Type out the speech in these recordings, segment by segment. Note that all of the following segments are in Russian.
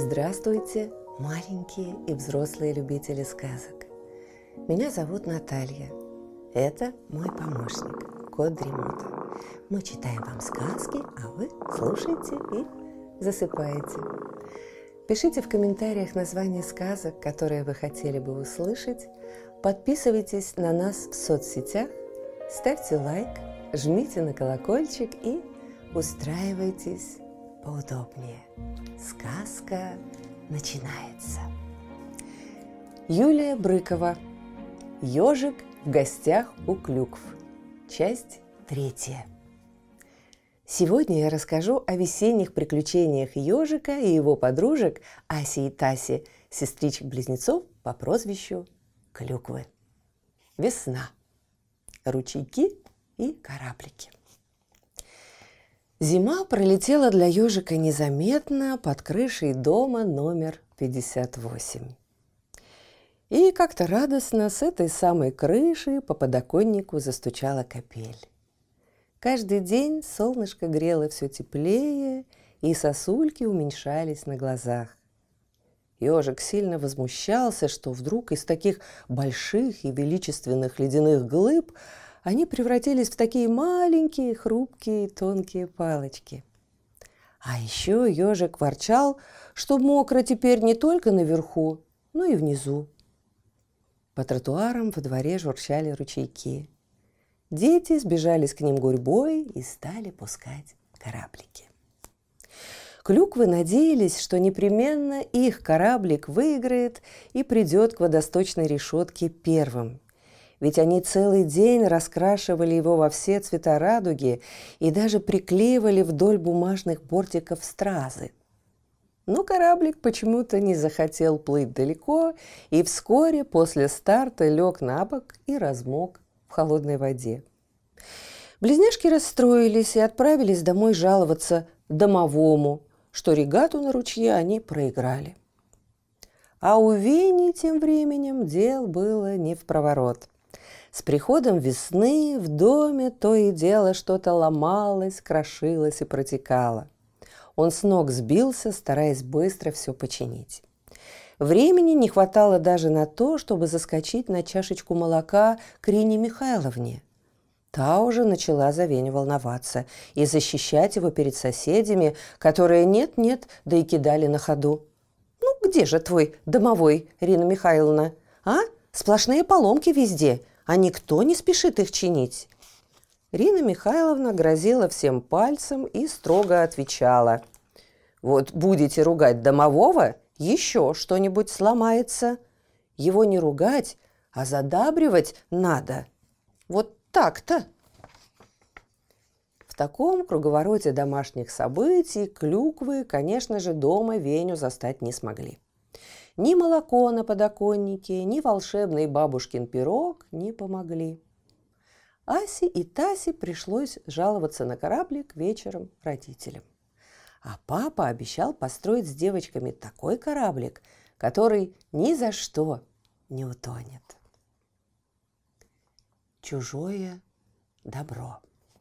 Здравствуйте, маленькие и взрослые любители сказок. Меня зовут Наталья. Это мой помощник, кот Дремота. Мы читаем вам сказки, а вы слушаете и засыпаете. Пишите в комментариях названия сказок, которые вы хотели бы услышать. Подписывайтесь на нас в соцсетях, ставьте лайк, жмите на колокольчик и устраивайтесь поудобнее. Сказка начинается. Юлия Брыкова. Ёжик в гостях у клюкв. Часть 3. Сегодня я расскажу о весенних приключениях ёжика и его подружек Аси и Таси, сестричек-близнецов по прозвищу Клюквы. Весна. Ручейки и кораблики. Зима пролетела для ёжика незаметно под крышей дома номер 58. И как-то радостно с этой самой крыши по подоконнику застучала капель. Каждый день солнышко грело все теплее, и сосульки уменьшались на глазах. Ёжик сильно возмущался, что вдруг из таких больших и величественных ледяных глыб они превратились в такие маленькие, хрупкие, тонкие палочки. А еще ёжик ворчал, что мокро теперь не только наверху, но и внизу. По тротуарам во дворе журчали ручейки. Дети сбежались к ним гурьбой и стали пускать кораблики. Клюквы надеялись, что непременно их кораблик выиграет и придет к водосточной решетке первым. Ведь они целый день раскрашивали его во все цвета радуги и даже приклеивали вдоль бумажных бортиков стразы. Но кораблик почему-то не захотел плыть далеко и вскоре после старта лег на бок и размок в холодной воде. Близняшки расстроились и отправились домой жаловаться домовому, что регату на ручье они проиграли. А у Вени тем временем дел было не впроворот. С приходом весны в доме то и дело что-то ломалось, крошилось и протекало. Он с ног сбился, стараясь быстро все починить. Времени не хватало даже на то, чтобы заскочить на чашечку молока к Рине Михайловне. Та уже начала за Веню волноваться и защищать его перед соседями, которые нет-нет, да и кидали на ходу. «Ну, где же твой домовой, Рина Михайловна? А? Сплошные поломки везде, а никто не спешит их чинить». Рина Михайловна грозила всем пальцем и строго отвечала: «Вот будете ругать домового, еще что-нибудь сломается. Его не ругать, а задабривать надо. Вот так-то». В таком круговороте домашних событий клюквы, конечно же, дома Веню застать не смогли. Ни молоко на подоконнике, ни волшебный бабушкин пирог не помогли. Асе и Тасе пришлось жаловаться на кораблик вечером родителям. А папа обещал построить с девочками такой кораблик, который ни за что не утонет. Чужое добро.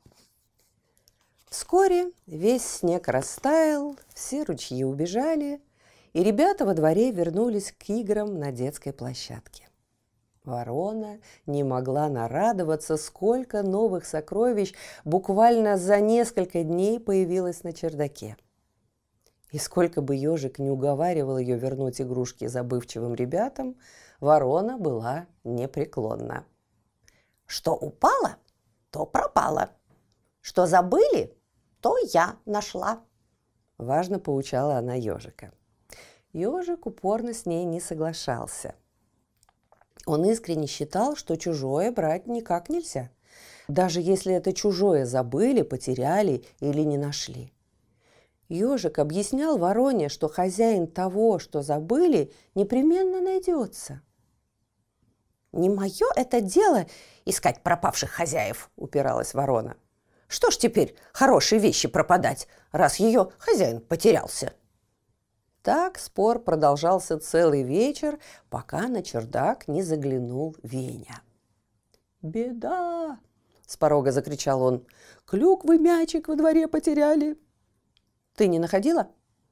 Вскоре весь снег растаял, все ручьи убежали, и ребята во дворе вернулись к играм на детской площадке. Ворона не могла нарадоваться, сколько новых сокровищ буквально за несколько дней появилось на чердаке. И сколько бы ёжик не уговаривал ее вернуть игрушки забывчивым ребятам, ворона была непреклонна. «Что упало, то пропало. Что забыли, то я нашла», – важно поучала она ёжика. Ёжик упорно с ней не соглашался. Он искренне считал, что чужое брать никак нельзя, даже если это чужое забыли, потеряли или не нашли. Ёжик объяснял вороне, что хозяин того, что забыли, непременно найдется. «Не мое это дело искать пропавших хозяев», – упиралась ворона. «Что ж теперь хорошие вещи пропадать, раз ее хозяин потерялся?» Так спор продолжался целый вечер, пока на чердак не заглянул Веня. «Беда!» – с порога закричал он. «Клюквы мячик во дворе потеряли». «Ты не находила?»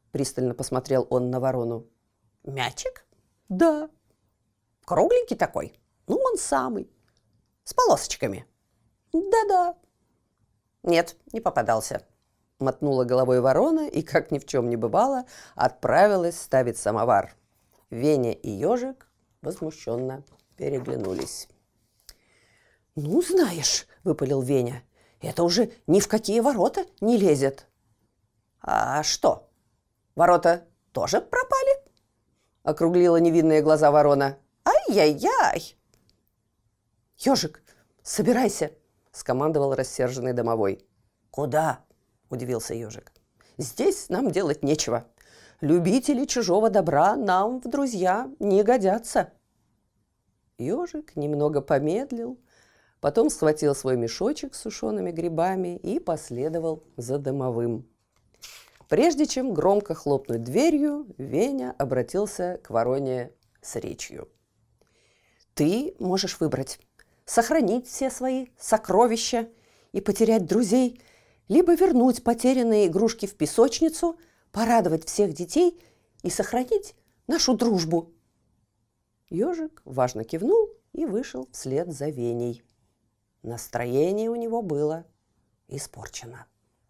Пристально посмотрел он на ворону. Мячик? Да. Кругленький такой? Ну, он самый. С полосочками? Да-да. Нет, не попадался. Мотнула головой ворона и, как ни в чем не бывало, отправилась ставить самовар. Веня и ежик возмущенно переглянулись. «Ну, знаешь, — выпалил Веня, — это уже ни в какие ворота не лезет». «А что, ворота тоже пропали?» — округлила невинные глаза ворона. «Ай-яй-яй!» «Ежик, собирайся!» — скомандовал рассерженный домовой. «Куда?» — удивился ежик. «Здесь нам делать нечего. Любители чужого добра нам в друзья не годятся». Ежик немного помедлил, потом схватил свой мешочек с сушеными грибами и последовал за домовым. Прежде чем громко хлопнуть дверью, Веня обратился к вороне с речью. «Ты можешь выбрать сохранить все свои сокровища и потерять друзей, либо вернуть потерянные игрушки в песочницу, порадовать всех детей и сохранить нашу дружбу». Ежик важно кивнул и вышел вслед за Веней. Настроение у него было испорчено.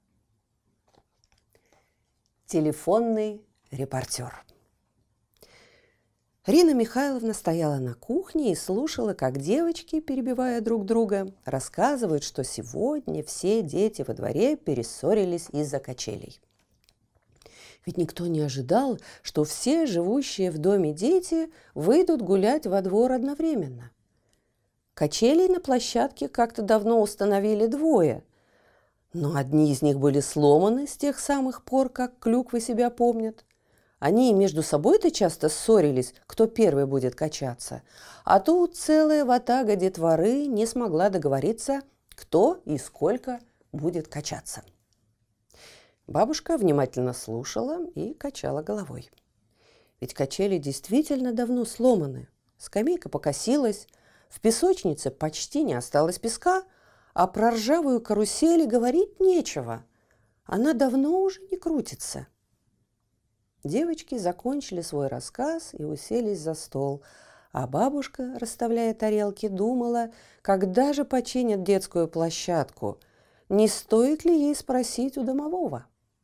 Телефонный репортер. Рина Михайловна стояла на кухне и слушала, как девочки, перебивая друг друга, рассказывают, что сегодня все дети во дворе перессорились из-за качелей. Ведь никто не ожидал, что все живущие в доме дети выйдут гулять во двор одновременно. Качелей на площадке как-то давно установили двое, но одни из них были сломаны с тех самых пор, как клюквы себя помнят. Они между собой-то часто ссорились, кто первый будет качаться. А тут целая ватага детворы не смогла договориться, кто и сколько будет качаться. Бабушка внимательно слушала и качала головой. Ведь качели действительно давно сломаны. Скамейка покосилась, в песочнице почти не осталось песка, а про ржавую карусель говорить нечего. Она давно уже не крутится. Девочки закончили свой рассказ и уселись за стол, а бабушка, расставляя тарелки, думала, когда же починят детскую площадку, не стоит ли ей спросить у домового.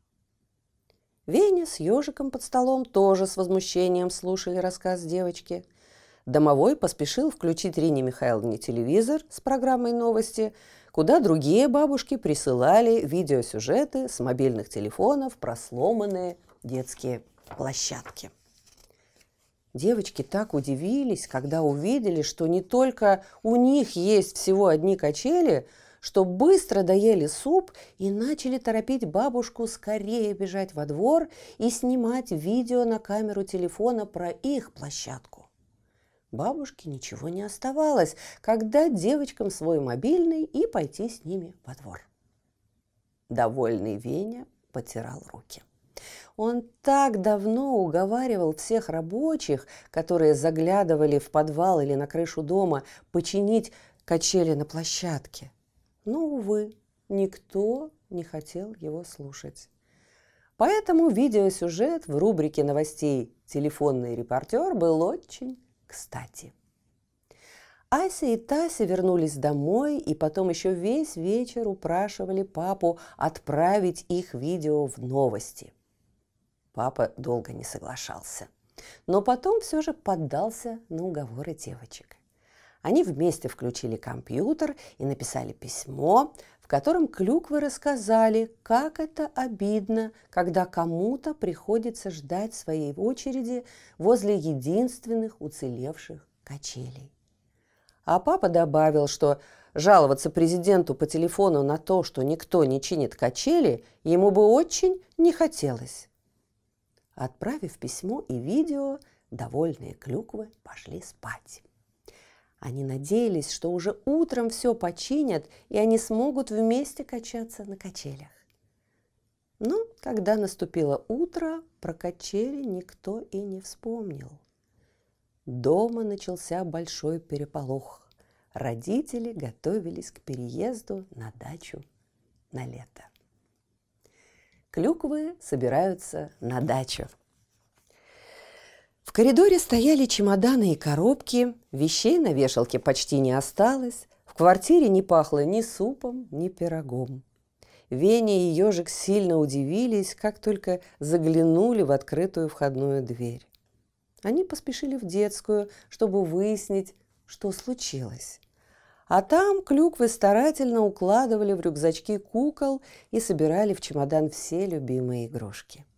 Веня с ежиком под столом тоже с возмущением слушали рассказ девочки. Домовой поспешил включить Рине Михайловне телевизор с программой «Новости», куда другие бабушки присылали видеосюжеты с мобильных телефонов про сломанные детские площадки. Девочки так удивились, когда увидели, что не только у них есть всего одни качели, что быстро доели суп и начали торопить бабушку скорее бежать во двор и снимать видео на камеру телефона про их площадку. Бабушке ничего не оставалось, как дать девочкам свой мобильный и пойти с ними во двор. Довольный Веня потирал руки. Он так давно уговаривал всех рабочих, которые заглядывали в подвал или на крышу дома, починить качели на площадке. Но, увы, никто не хотел его слушать. Поэтому видеосюжет в рубрике новостей «Телефонный репортер» был очень кстати. Ася и Тася вернулись домой и потом еще весь вечер упрашивали папу отправить их видео в новости. Папа долго не соглашался, но потом все же поддался на уговоры девочек. Они вместе включили компьютер и написали письмо, в котором клюквы рассказали, как это обидно, когда кому-то приходится ждать своей очереди возле единственных уцелевших качелей. А папа добавил, что жаловаться президенту по телефону на то, что никто не чинит качели, ему бы очень не хотелось. Отправив письмо и видео, довольные клюквы пошли спать. Они надеялись, что уже утром все починят, и они смогут вместе качаться на качелях. Но когда наступило утро, про качели никто и не вспомнил. Дома начался большой переполох. Родители готовились к переезду на дачу на лето. Клюквы собираются на дачу. В коридоре стояли чемоданы и коробки, вещей на вешалке почти не осталось, в квартире не пахло ни супом, ни пирогом. Веня и ежик сильно удивились, как только заглянули в открытую входную дверь. Они поспешили в детскую, чтобы выяснить, что случилось. А там клюквы старательно укладывали в рюкзачки кукол и собирали в чемодан все любимые игрушки.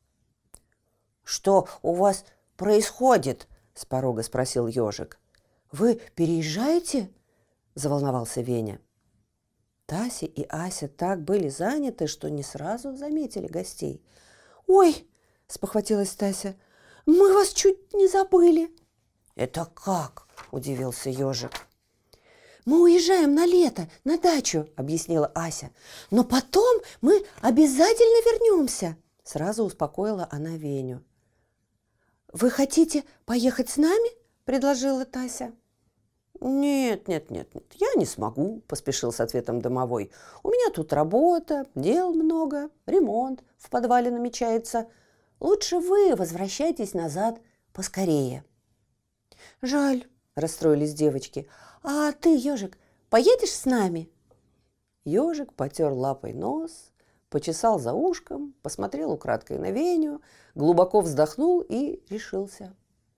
«Что у вас происходит?» – с порога спросил ежик. «Вы переезжаете?» – заволновался Веня. Тася и Ася так были заняты, что не сразу заметили гостей. «Ой!» – спохватилась Тася. «Мы вас чуть не забыли!» «Это как?» – удивился ежик. «Мы уезжаем на лето, на дачу», – объяснила Ася. «Но потом мы обязательно вернемся», – сразу успокоила она Веню. «Вы хотите поехать с нами?» – предложила Тася. «Нет, я не смогу», – поспешил с ответом домовой. «У меня тут работа, дел много, ремонт в подвале намечается. Лучше вы возвращайтесь назад поскорее». «Жаль», – расстроились девочки. «А ты, ежик, поедешь с нами?» Ежик потер лапой нос, почесал за ушком, посмотрел украдкой на Веню, глубоко вздохнул и решился.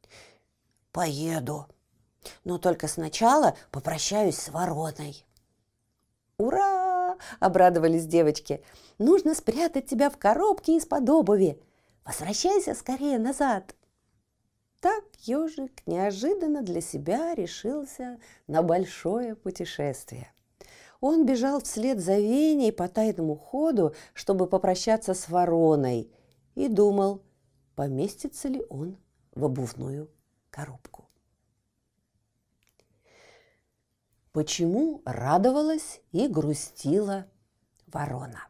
«Поеду. Но только сначала попрощаюсь с вороной». «Ура!» – обрадовались девочки. «Нужно спрятать тебя в коробке из-под обуви. Возвращайся скорее назад». Так ежик неожиданно для себя решился на большое путешествие. Он бежал вслед за Веней по тайному ходу, чтобы попрощаться с вороной, и думал, поместится ли он в обувную коробку. Почему радовалась и грустила ворона?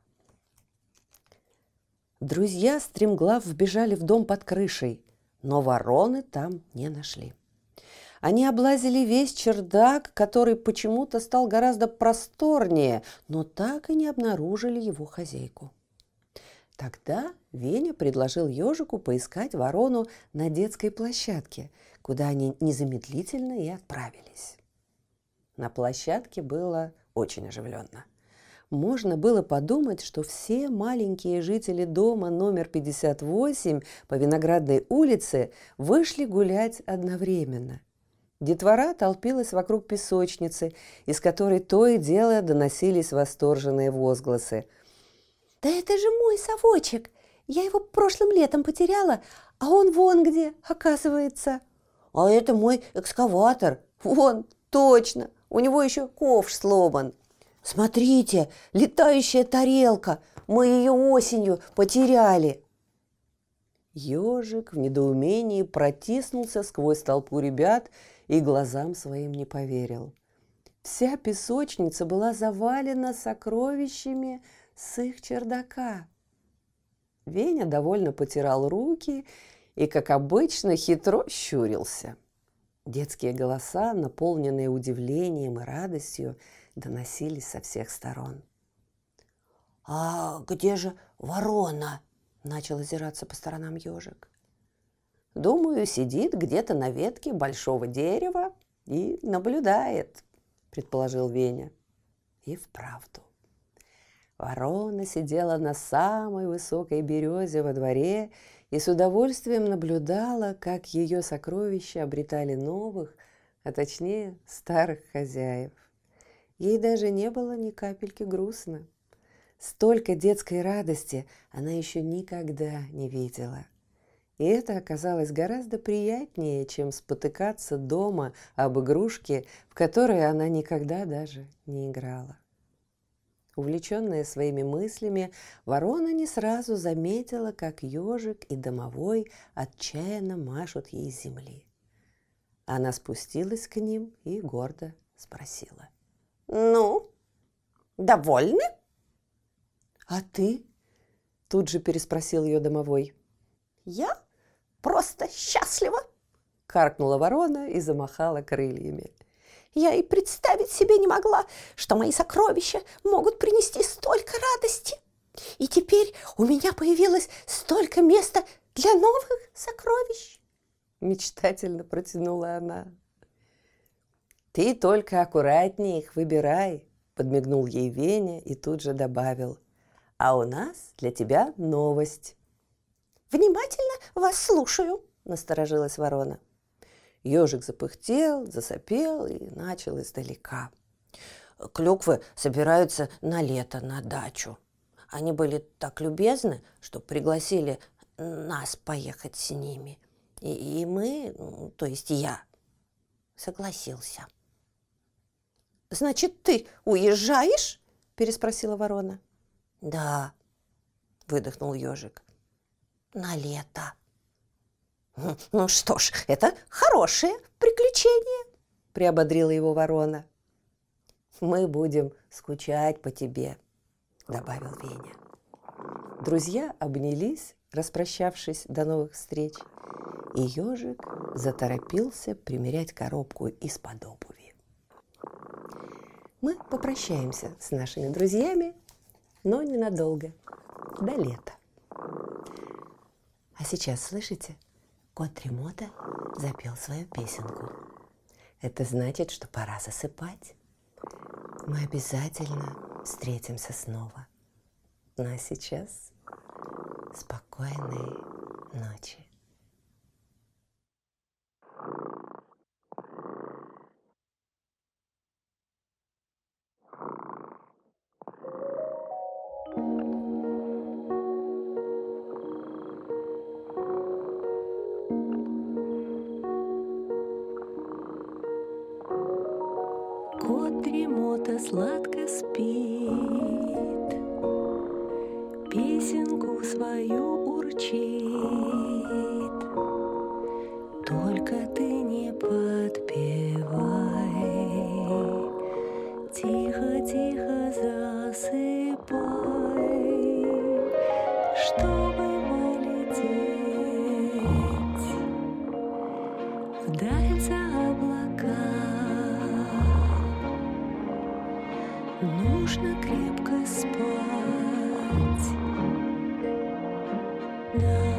Друзья стремглав вбежали в дом под крышей, но вороны там не нашли. Они облазили весь чердак, который почему-то стал гораздо просторнее, но так и не обнаружили его хозяйку. Тогда Веня предложил ежику поискать ворону на детской площадке, куда они незамедлительно и отправились. На площадке было очень оживленно. Можно было подумать, что все маленькие жители дома номер 58 по Виноградной улице вышли гулять одновременно. Детвора толпилась вокруг песочницы, из которой то и дело доносились восторженные возгласы. «Да это же мой совочек! Я его прошлым летом потеряла, а он вон где, оказывается!» «А это мой экскаватор! Вон, точно! У него еще ковш сломан!» «Смотрите, летающая тарелка! Мы ее осенью потеряли!» Ежик в недоумении протиснулся сквозь толпу ребят и глазам своим не поверил. Вся песочница была завалена сокровищами с их чердака. Веня довольно потирал руки и, как обычно, хитро щурился. Детские голоса, наполненные удивлением и радостью, доносились со всех сторон. «А где же ворона?» – начал озираться по сторонам ежик. «Думаю, сидит где-то на ветке большого дерева и наблюдает», – предположил Веня. И вправду. Ворона сидела на самой высокой березе во дворе и с удовольствием наблюдала, как ее сокровища обретали новых, а точнее старых хозяев. Ей даже не было ни капельки грустно. Столько детской радости она еще никогда не видела. И это оказалось гораздо приятнее, чем спотыкаться дома об игрушке, в которой она никогда даже не играла. Увлеченная своими мыслями, ворона не сразу заметила, как ежик и домовой отчаянно машут ей с земли. Она спустилась к ним и гордо спросила. «Ну, довольны?» «А ты?» – тут же переспросил ее домовой. «Я просто счастлива!» – каркнула ворона и замахала крыльями. «Я и представить себе не могла, что мои сокровища могут принести столько радости!» И теперь у меня появилось столько места для новых сокровищ. Мечтательно протянула она. «Ты только аккуратнее их выбирай», – подмигнул ей Веня и тут же добавил. «А у нас для тебя новость». «Внимательно вас слушаю», – насторожилась ворона. Ежик запыхтел, засопел и начал издалека. «Клюквы собираются на лето на дачу. Они были так любезны, что пригласили нас поехать с ними. И мы, то есть я, согласился». «Значит, ты уезжаешь?» – переспросила ворона. «Да», – выдохнул ежик. «На лето». «Ну что ж, это хорошее приключение», – приободрила его ворона. «Мы будем скучать по тебе», – добавил Веня. Друзья обнялись, распрощавшись до новых встреч, и ежик заторопился примерять коробку из-под обуви. Мы попрощаемся с нашими друзьями, но ненадолго, до лета. А сейчас, слышите, кот Тремота запел свою песенку. Это значит, что пора засыпать. Мы обязательно встретимся снова. Ну а сейчас спокойной ночи. Кот Тремота сладко спит, песенку свою урчит. Только ты не подпевай, тихо-тихо засыпай, чтобы полететь вдаль за облака. Нужно крепко спать.